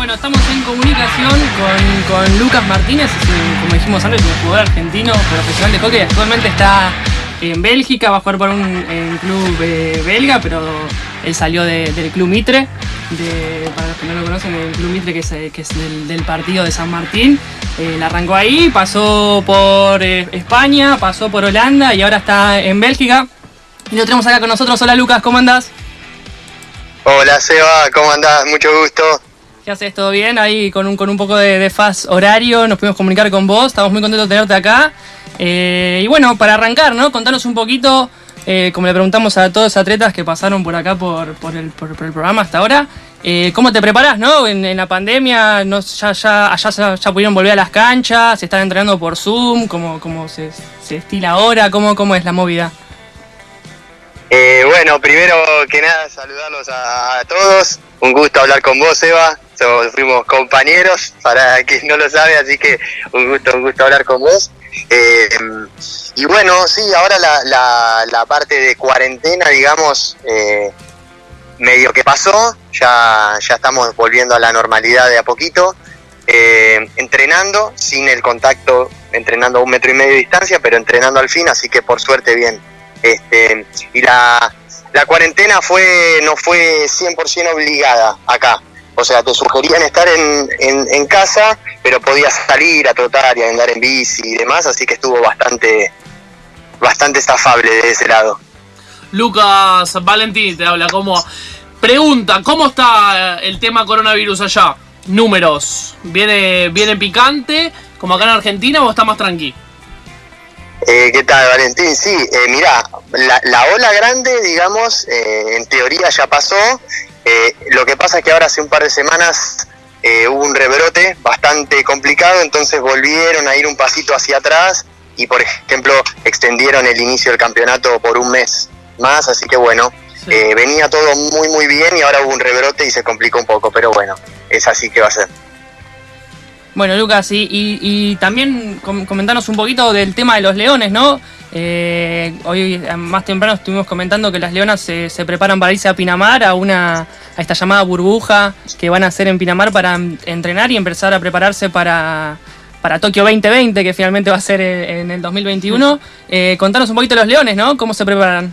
Bueno, estamos en comunicación con Lucas Martínez, como dijimos antes, un jugador argentino profesional de hockey. Actualmente está en Bélgica, va a jugar por un club belga, pero él salió del Club Mitre, para los que no lo conocen, el Club Mitre que es del partido de San Martín. La arrancó ahí, pasó por España, pasó por Holanda y ahora está en Bélgica. Y lo tenemos acá con nosotros. Hola Lucas, ¿cómo andás? Hola Seba, ¿cómo andás? Mucho gusto. ¿Qué haces? ¿Todo bien? Ahí con un poco de faz horario nos pudimos comunicar con vos, estamos muy contentos de tenerte acá. Y bueno, para arrancar, ¿no? Contanos un poquito, como le preguntamos a todos los atletas que pasaron por acá por el programa hasta ahora, ¿cómo te preparás, no? En la pandemia, ya pudieron volver a las canchas, se están entrenando por Zoom, ¿cómo se estila ahora? ¿Cómo es la movida? Bueno, primero que nada, saludarlos a todos. Un gusto hablar con vos, Eva. Fuimos compañeros, para quien no lo sabe, así que un gusto hablar con vos. Y bueno, sí, ahora la parte de cuarentena, digamos, medio que pasó. Ya estamos volviendo a la normalidad de a poquito. Entrenando, sin el contacto, entrenando a 1,5 metros de distancia, pero entrenando al fin, así que por suerte bien. Y la cuarentena no fue 100% obligada acá, o sea, te sugerían estar en casa, pero podías salir a trotar y a andar en bici y demás, así que estuvo bastante zafable de ese lado. Lucas, Valentín te habla. Pregunta, ¿cómo está el tema coronavirus allá? Números, ¿viene picante como acá en Argentina o está más tranqui? ¿Qué tal, Valentín? Sí, mirá, la ola grande, digamos, en teoría ya pasó. Lo que pasa es que ahora hace un par de semanas hubo un rebrote bastante complicado, entonces volvieron a ir un pasito hacia atrás y, por ejemplo, extendieron el inicio del campeonato por un mes más, así que bueno, sí. Venía todo muy muy bien y ahora hubo un rebrote y se complicó un poco, pero bueno, es así que va a ser. Bueno, Lucas, y también comentanos un poquito del tema de los leones, ¿no? Hoy más temprano estuvimos comentando que las leonas se preparan para irse a Pinamar, a esta llamada burbuja que van a hacer en Pinamar para entrenar y empezar a prepararse para Tokio 2020, que finalmente va a ser en el 2021. Contanos un poquito de los leones, ¿no? ¿Cómo se preparan?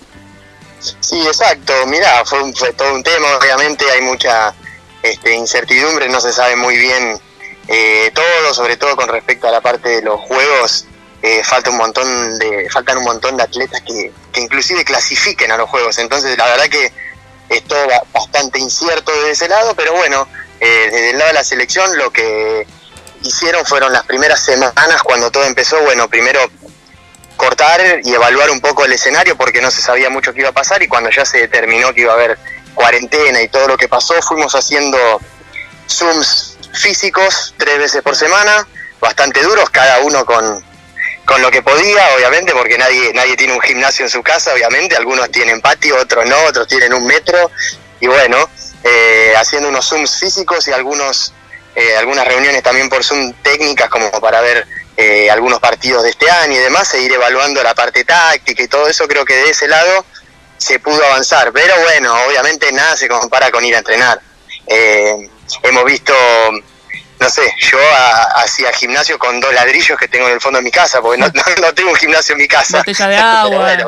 Sí, exacto. Mirá, fue todo un tema, obviamente hay mucha incertidumbre, no se sabe muy bien todo, sobre todo con respecto a la parte de los juegos. Faltan un montón de atletas que inclusive clasifiquen a los juegos, entonces la verdad que es todo bastante incierto de ese lado, pero bueno, desde el lado de la selección lo que hicieron fueron las primeras semanas cuando todo empezó, bueno, primero cortar y evaluar un poco el escenario porque no se sabía mucho qué iba a pasar, y cuando ya se determinó que iba a haber cuarentena y todo lo que pasó, fuimos haciendo Zooms físicos 3 veces por semana, bastante duros, cada uno con lo que podía, obviamente, porque nadie tiene un gimnasio en su casa, obviamente, algunos tienen patio, otros no, otros tienen 1 metro, y bueno, haciendo unos Zooms físicos y algunas reuniones también por Zoom técnicas, como para ver algunos partidos de este año y demás, seguir evaluando la parte táctica y todo eso. Creo que de ese lado se pudo avanzar, pero bueno, obviamente nada se compara con ir a entrenar. Hemos visto, no sé, yo hacía gimnasio con 2 ladrillos que tengo en el fondo de mi casa, porque no tengo un gimnasio en mi casa. Botella de agua. Bueno,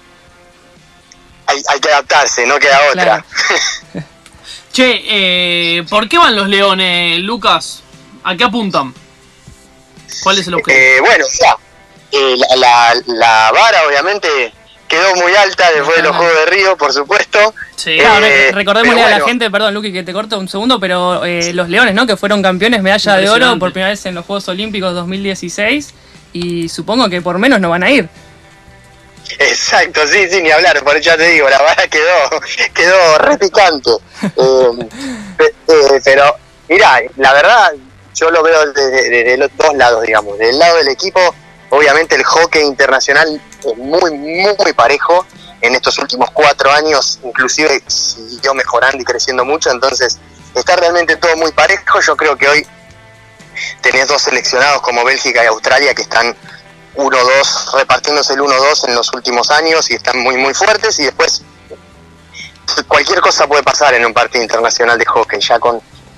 hay que adaptarse, no queda otra. Claro. Che, ¿por qué van los leones, Lucas? ¿A qué apuntan? ¿Cuál es el objetivo? Bueno, la vara obviamente quedó muy alta después de los Juegos de Río, por supuesto. Sí. Claro, recordémosle a la gente, perdón Luqui que te corto un segundo, pero los leones, ¿no? Que fueron campeones, medalla de oro por primera vez en los Juegos Olímpicos 2016, y supongo que por menos no van a ir. Exacto, sí, ni hablar, por ya te digo, la vara quedó re picante. Pero mirá, la verdad yo lo veo de los dos lados, digamos. Del lado del equipo, obviamente el hockey internacional es muy, muy parejo. En estos últimos 4 años inclusive siguió mejorando y creciendo mucho, entonces está realmente todo muy parejo. Yo creo que hoy tenés 2 seleccionados como Bélgica y Australia que están 1-2, repartiéndose el 1-2 en los últimos años y están muy muy fuertes, y después cualquier cosa puede pasar en un partido internacional de hockey, ya con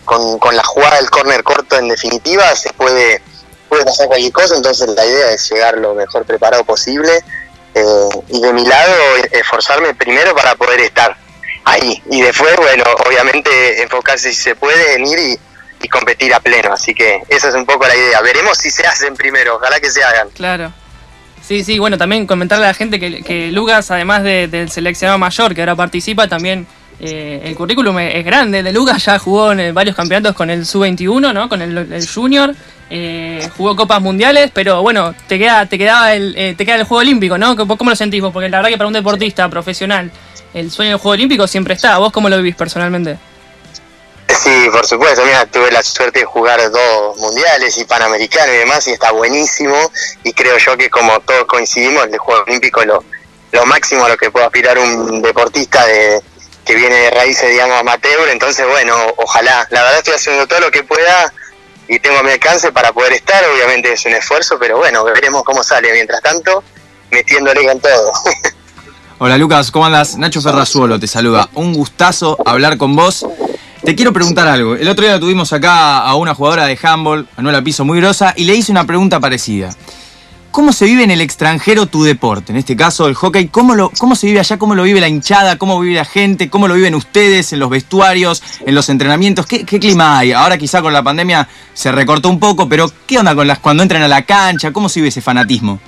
con la jugada del córner corto en definitiva se puede pasar cualquier cosa, entonces la idea es llegar lo mejor preparado posible, y de mi lado esforzarme primero para poder estar ahí, y después, bueno, obviamente enfocarse si se puede en ir y competir a pleno, así que esa es un poco la idea. Veremos si se hacen primero, ojalá que se hagan. Claro. Sí, bueno, también comentarle a la gente que Lucas, además del seleccionado mayor que ahora participa, también el currículum es grande de Lucas, ya jugó en varios campeonatos con el Sub-21, ¿no? Con el Junior, jugó Copas Mundiales, pero bueno, te queda el Juego Olímpico, ¿no? ¿Cómo lo sentís vos? Porque la verdad que para un deportista profesional el sueño del Juego Olímpico siempre está. ¿Vos cómo lo vivís personalmente? Sí, por supuesto, mira, tuve la suerte de jugar 2 mundiales y panamericanos y demás, y está buenísimo, y creo yo que como todos coincidimos, el Juego Olímpico lo máximo a lo que puede aspirar un deportista que viene de raíces, digamos, amateur. Entonces, bueno, ojalá, la verdad estoy haciendo todo lo que pueda y tengo a mi alcance para poder estar, obviamente es un esfuerzo, pero bueno, veremos cómo sale, mientras tanto, metiéndole con todo. Hola Lucas, ¿cómo andas? Nacho Ferrazuolo te saluda, un gustazo hablar con vos. Te quiero preguntar algo. El otro día tuvimos acá a una jugadora de handball, Manuela Piso, muy grosa, y le hice una pregunta parecida. ¿Cómo se vive en el extranjero tu deporte? En este caso, el hockey. ¿Cómo se vive allá? ¿Cómo lo vive la hinchada? ¿Cómo vive la gente? ¿Cómo lo viven ustedes en los vestuarios, en los entrenamientos? ¿Qué clima hay? Ahora quizá con la pandemia se recortó un poco, pero ¿qué onda cuando entran a la cancha? ¿Cómo se vive ese fanatismo?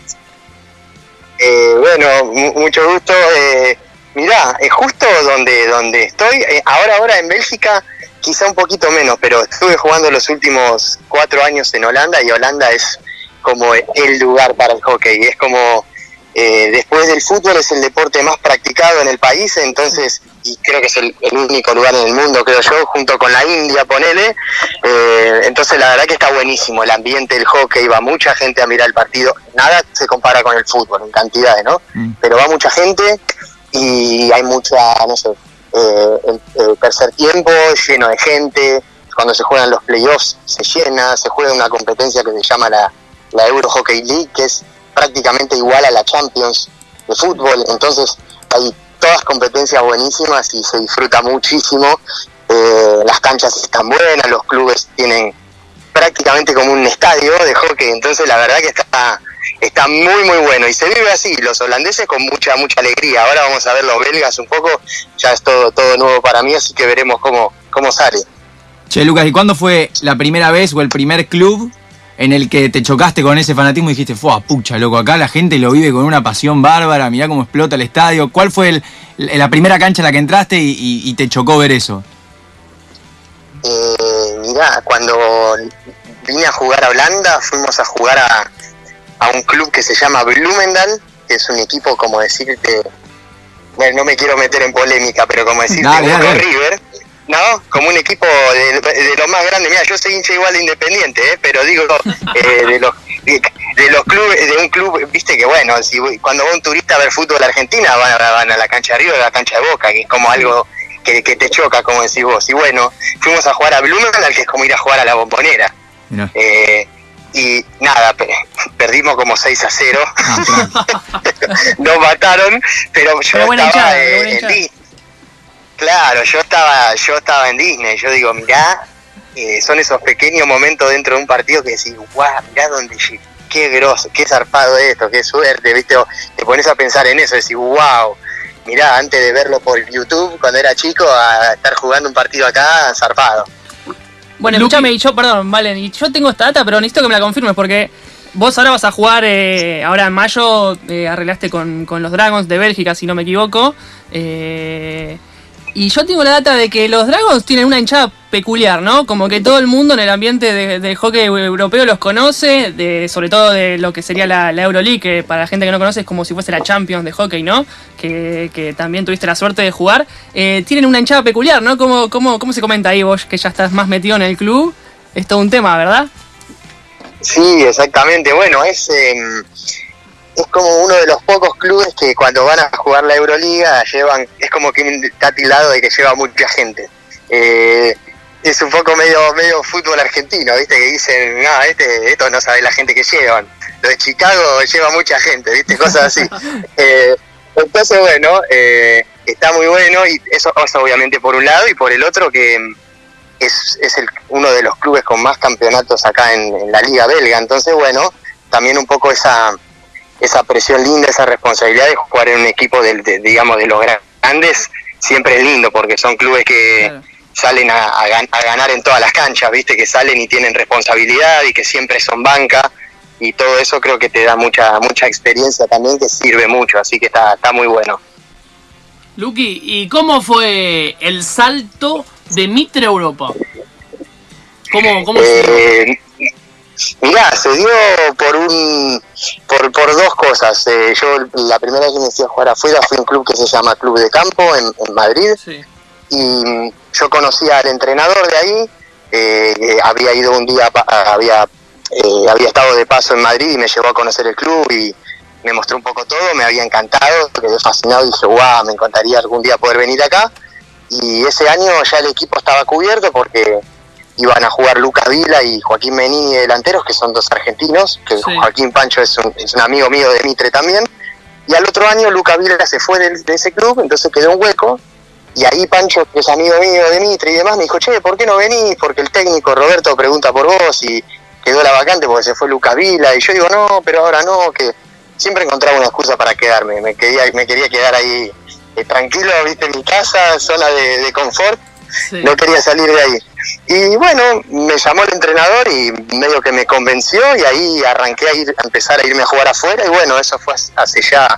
Bueno, mucho gusto. Mirá, justo donde estoy, ahora en Bélgica, quizá un poquito menos, pero estuve jugando los últimos 4 años en Holanda, y Holanda es como el lugar para el hockey. Es como, después del fútbol, es el deporte más practicado en el país, entonces, y creo que es el único lugar en el mundo, creo yo, junto con la India, ponele. Entonces la verdad que está buenísimo el ambiente del hockey, va mucha gente a mirar el partido. Nada se compara con el fútbol en cantidades, ¿no? Pero va mucha gente y hay mucha, no sé, el tercer tiempo lleno de gente. Cuando se juegan los playoffs se llena, se juega una competencia que se llama la Euro Hockey League, que es prácticamente igual a la Champions de fútbol. Entonces hay todas competencias buenísimas y se disfruta muchísimo. Las canchas están buenas, los clubes tienen prácticamente como un estadio de hockey, entonces la verdad que está muy muy bueno, y se vive así, los holandeses con mucha alegría. Ahora vamos a ver los belgas un poco, ya es todo nuevo para mí, así que veremos cómo sale. Che, Lucas, ¿y cuándo fue la primera vez o el primer club en el que te chocaste con ese fanatismo y dijiste, ¡fua, pucha, loco, acá la gente lo vive con una pasión bárbara, mirá cómo explota el estadio! ¿Cuál fue la primera cancha en la que entraste y te chocó ver eso? Mirá, cuando vine a jugar a Holanda, fuimos a jugar a un club que se llama Bloemendaal, que es un equipo, como decirte, bueno, no me quiero meter en polémica, pero como decirte, Boca River, ¿no? Como un equipo de los más grandes. Mira, yo soy hincha igual de Independiente, pero digo, de los clubes, de un club, viste que bueno, cuando va un turista a ver fútbol a Argentina, van a la cancha de River, a la cancha de Boca, que es como algo que te choca, como decís vos. Y bueno, fuimos a jugar a Bloemendaal, que es como ir a jugar a la Bombonera. No. Y nada, perdimos como 6-0. Nos mataron, pero yo estaba en Disney. Claro, yo estaba en Disney. Yo digo, mirá, son esos pequeños momentos dentro de un partido que decís, guau, mirá dónde llegué, qué grosso, qué zarpado esto, qué suerte, ¿viste? Te pones a pensar en eso, decís, wow, mirá, antes de verlo por YouTube cuando era chico, a estar jugando un partido acá, zarpado. Bueno, escúchame, Valen, y yo tengo esta data, pero necesito que me la confirmes, porque vos ahora vas a jugar, ahora en mayo, arreglaste con los Dragons de Bélgica, si no me equivoco, y yo tengo la data de que los Dragons tienen una hinchada peculiar, ¿no? Como que todo el mundo en el ambiente del hockey europeo los conoce, sobre todo de lo que sería la Euroleague, que para la gente que no conoce es como si fuese la Champions de hockey, ¿no? Que también tuviste la suerte de jugar. Tienen una hinchada peculiar, ¿no? ¿Cómo se comenta ahí vos, que ya estás más metido en el club? Es todo un tema, ¿verdad? Sí, exactamente. Bueno, es como uno de los pocos clubes que cuando van a jugar la Euroliga es como que está tildado de que lleva mucha gente. Es un poco medio fútbol argentino, ¿viste? Que dicen, no, esto no sabe la gente que llevan. Lo de Chicago lleva mucha gente, ¿viste? Cosas así. Entonces, bueno, está muy bueno, y eso obviamente por un lado, y por el otro que es uno de los clubes con más campeonatos acá en la liga belga. Entonces, bueno, también un poco esa presión linda, esa responsabilidad de jugar en un equipo digamos, de los grandes, siempre es lindo, porque son clubes que claro, salen a ganar en todas las canchas, viste, que salen y tienen responsabilidad y que siempre son banca, y todo eso creo que te da mucha experiencia también, que sirve mucho, así que está muy bueno. Luqui, ¿y cómo fue el salto de Mitre a Europa? ¿Cómo se dio? Mirá, se dio por dos cosas. Yo la primera vez que me fui a jugar afuera fui a un club que se llama Club de Campo en Madrid, sí, y yo conocía al entrenador de ahí, había ido un día, había estado de paso en Madrid y me llevó a conocer el club y me mostró un poco todo, me había encantado, quedé fascinado y dije, wow, me encantaría algún día poder venir acá. Y ese año ya el equipo estaba cubierto porque iban a jugar Lucas Vila y Joaquín Menini delanteros, que son dos argentinos, que sí, Joaquín Pancho es un amigo mío de Mitre también. Y al otro año Lucas Vila se fue de ese club, entonces quedó un hueco. Y ahí Pancho, que es amigo mío de Mitre y demás, me dijo, che, ¿por qué no venís? Porque el técnico Roberto pregunta por vos y quedó la vacante porque se fue Lucas Vila. Y yo digo, no, pero ahora no, que siempre encontraba una excusa para quedarme. Me quería quedar ahí tranquilo, viste, en mi casa, zona de confort. Sí. No quería salir de ahí. Y bueno, me llamó el entrenador y medio que me convenció y ahí arranqué a empezar a irme a jugar afuera. Y bueno, eso fue hace ya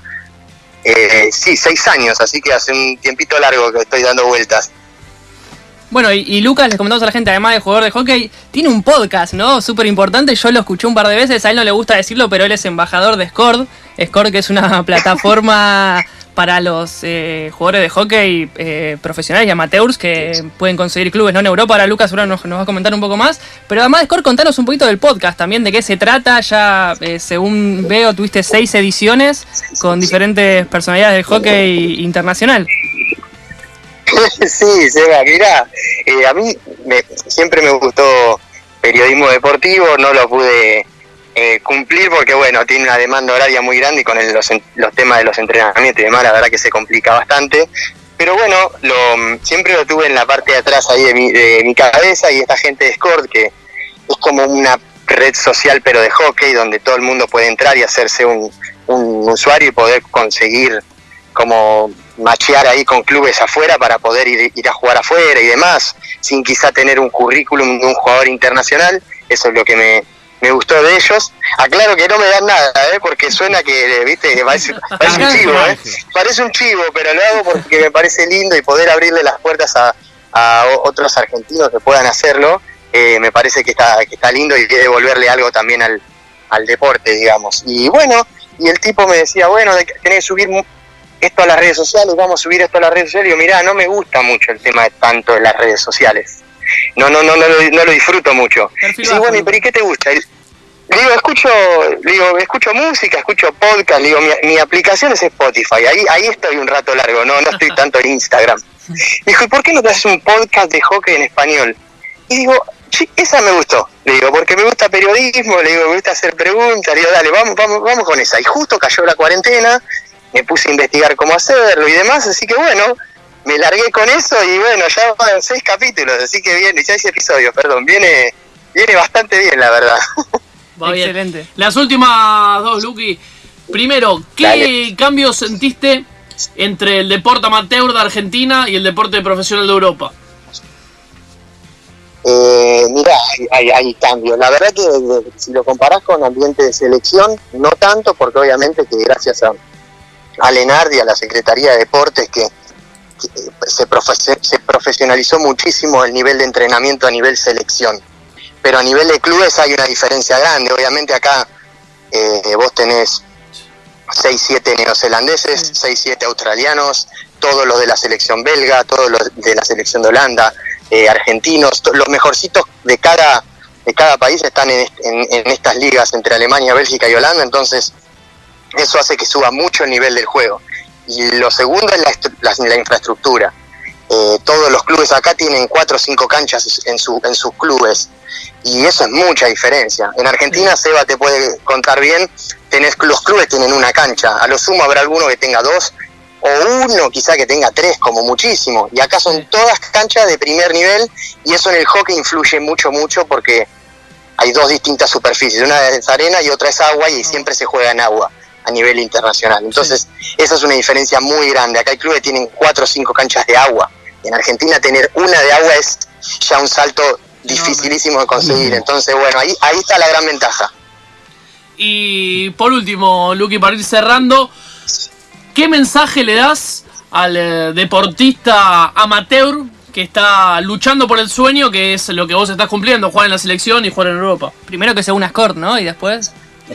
6 años, así que hace un tiempito largo que estoy dando vueltas. Bueno, y Lucas, les comentamos a la gente, además de jugador de hockey, tiene un podcast, ¿no? Súper importante, yo lo escuché un par de veces, a él no le gusta decirlo, pero él es embajador de Scord, que es una plataforma para los jugadores de hockey profesionales y amateurs que pueden conseguir clubes, ¿no? En Europa. Ahora Lucas ahora nos va a comentar un poco más, pero además de Scord, contanos un poquito del podcast también, de qué se trata. Ya, según veo, tuviste 6 ediciones con diferentes personalidades del hockey internacional. Sí, Seba, mirá, a mí siempre me gustó periodismo deportivo, no lo pude cumplir porque, bueno, tiene una demanda horaria muy grande y con los temas de los entrenamientos y demás, la verdad que se complica bastante. Pero bueno, siempre lo tuve en la parte de atrás ahí de mi cabeza, y esta gente de Scord, que es como una red social pero de hockey, donde todo el mundo puede entrar y hacerse un usuario y poder conseguir como machear ahí con clubes afuera para poder ir a jugar afuera y demás, sin quizá tener un currículum de un jugador internacional. Eso es lo que me gustó de ellos. Aclaro que no me dan nada, porque suena que, viste, que parece un chivo, parece un chivo, pero lo hago porque me parece lindo, y poder abrirle las puertas a otros argentinos que puedan hacerlo, me parece que está lindo y quiere devolverle algo también al deporte, digamos. Y bueno, y el tipo me decía, bueno, tenés que subir esto a las redes sociales, vamos a subir esto a las redes sociales. Y yo, mirá, no me gusta mucho el tema de tanto de las redes sociales. No lo disfruto mucho. Y sí, bueno, ¿pero y qué te gusta? Le digo, escucho música, escucho podcast, le digo, mi aplicación es Spotify, ahí estoy un rato largo, no estoy tanto en Instagram. Me dijo, ¿y por qué no te haces un podcast de hockey en español? Y digo, sí, esa me gustó, le digo, porque me gusta periodismo, le digo, me gusta hacer preguntas, le digo, dale, vamos con esa. Y justo cayó la cuarentena, me puse a investigar cómo hacerlo y demás, así que bueno, me largué con eso y bueno, ya van 6 capítulos, así que viene, 6 episodios, perdón, viene bastante bien, la verdad. Va bien. Excelente. Las últimas 2, Luqui. Primero, ¿qué cambios sentiste entre el deporte amateur de Argentina y el deporte profesional de Europa? Mirá, hay cambios. La verdad que si lo comparás con ambiente de selección, no tanto, porque obviamente que gracias a Lenardi, a la Secretaría de Deportes, que se profesionalizó muchísimo el nivel de entrenamiento a nivel selección. Pero a nivel de clubes hay una diferencia grande. Obviamente acá vos tenés 6-7 neozelandeses, 6-7 australianos, todos los de la selección belga, todos los de la selección de Holanda, argentinos, los mejorcitos de cada país están en estas ligas entre Alemania, Bélgica y Holanda. Entonces eso hace que suba mucho el nivel del juego. Y lo segundo es la infraestructura. Todos los clubes acá tienen 4 o 5 canchas en sus clubes, y eso es mucha diferencia. En Argentina, Seba te puede contar bien, los clubes tienen una cancha, a lo sumo habrá alguno que tenga 2 o uno quizá que tenga 3 como muchísimo, y acá son todas canchas de primer nivel, y eso en el hockey influye mucho porque hay 2 distintas superficies, una es arena y otra es agua, y siempre se juega en agua a nivel internacional. Entonces esa es una diferencia muy grande. Acá hay clubes que tienen 4 o 5 canchas de agua, en Argentina tener una de agua es ya un salto dificilísimo de conseguir. Entonces bueno, ahí está la gran ventaja. Y por último, Luqui, para ir cerrando, ¿qué mensaje le das al deportista amateur que está luchando por el sueño, que es lo que vos estás cumpliendo, jugar en la selección y jugar en Europa? Primero que sea una Scort, ¿no? Y después...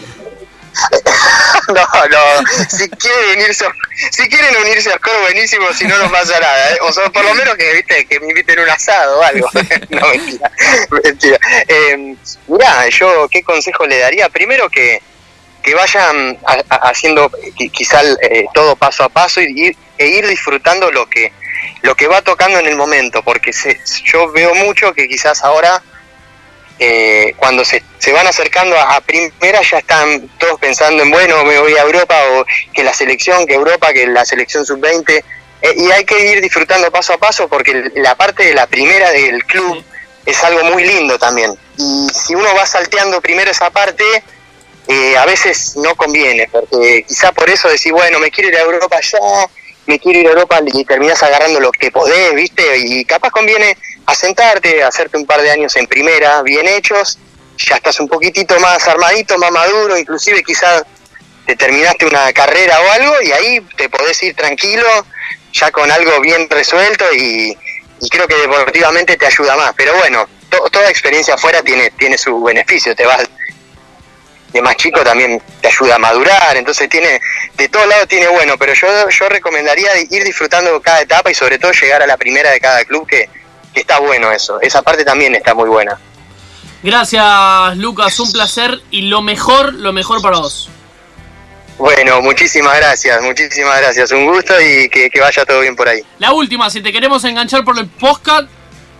No, si quieren unirse a Scott, buenísimo, si no pasa nada, ¿eh? O sea, por lo menos que me inviten un asado o algo. No, mentira. Mirá, yo qué consejo le daría. Primero que vayan haciendo quizá todo paso a paso e ir disfrutando lo que va tocando en el momento, porque yo veo mucho que quizás ahora cuando se van acercando a primera ya están todos pensando en, bueno, me voy a Europa, o que la selección sub-20, y hay que ir disfrutando paso a paso, porque la parte de la primera del club es algo muy lindo también, y si uno va salteando primero esa parte, a veces no conviene, porque quizá por eso decís, bueno, me quiero ir a Europa ya, y terminás agarrando lo que podés, ¿viste? Y capaz conviene asentarte, hacerte un par de años en primera, bien hechos, ya estás un poquitito más armadito, más maduro, inclusive quizás te terminaste una carrera o algo, y ahí te podés ir tranquilo, ya con algo bien resuelto, y creo que deportivamente te ayuda más. Pero bueno, toda experiencia afuera tiene su beneficio, te vas de más chico, también te ayuda a madurar, entonces de todos lados tiene bueno, pero yo recomendaría ir disfrutando cada etapa y sobre todo llegar a la primera de cada club, que está bueno eso, esa parte también está muy buena. Gracias, Lucas, un placer y lo mejor para vos. Bueno, muchísimas gracias, un gusto y que vaya todo bien por ahí. La última, si te queremos enganchar por el podcast,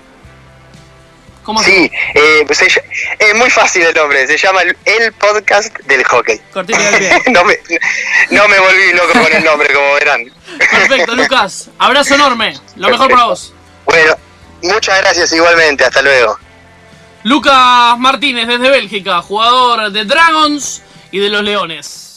¿cómo sí, es muy fácil el nombre, se llama el podcast del hockey. Cortito y al pie. No me volví loco con el nombre, como verán. Perfecto, Lucas, abrazo enorme, lo mejor para vos. Bueno, muchas gracias igualmente, hasta luego. Lucas Martínez desde Bélgica, jugador de Dragons y de los Leones.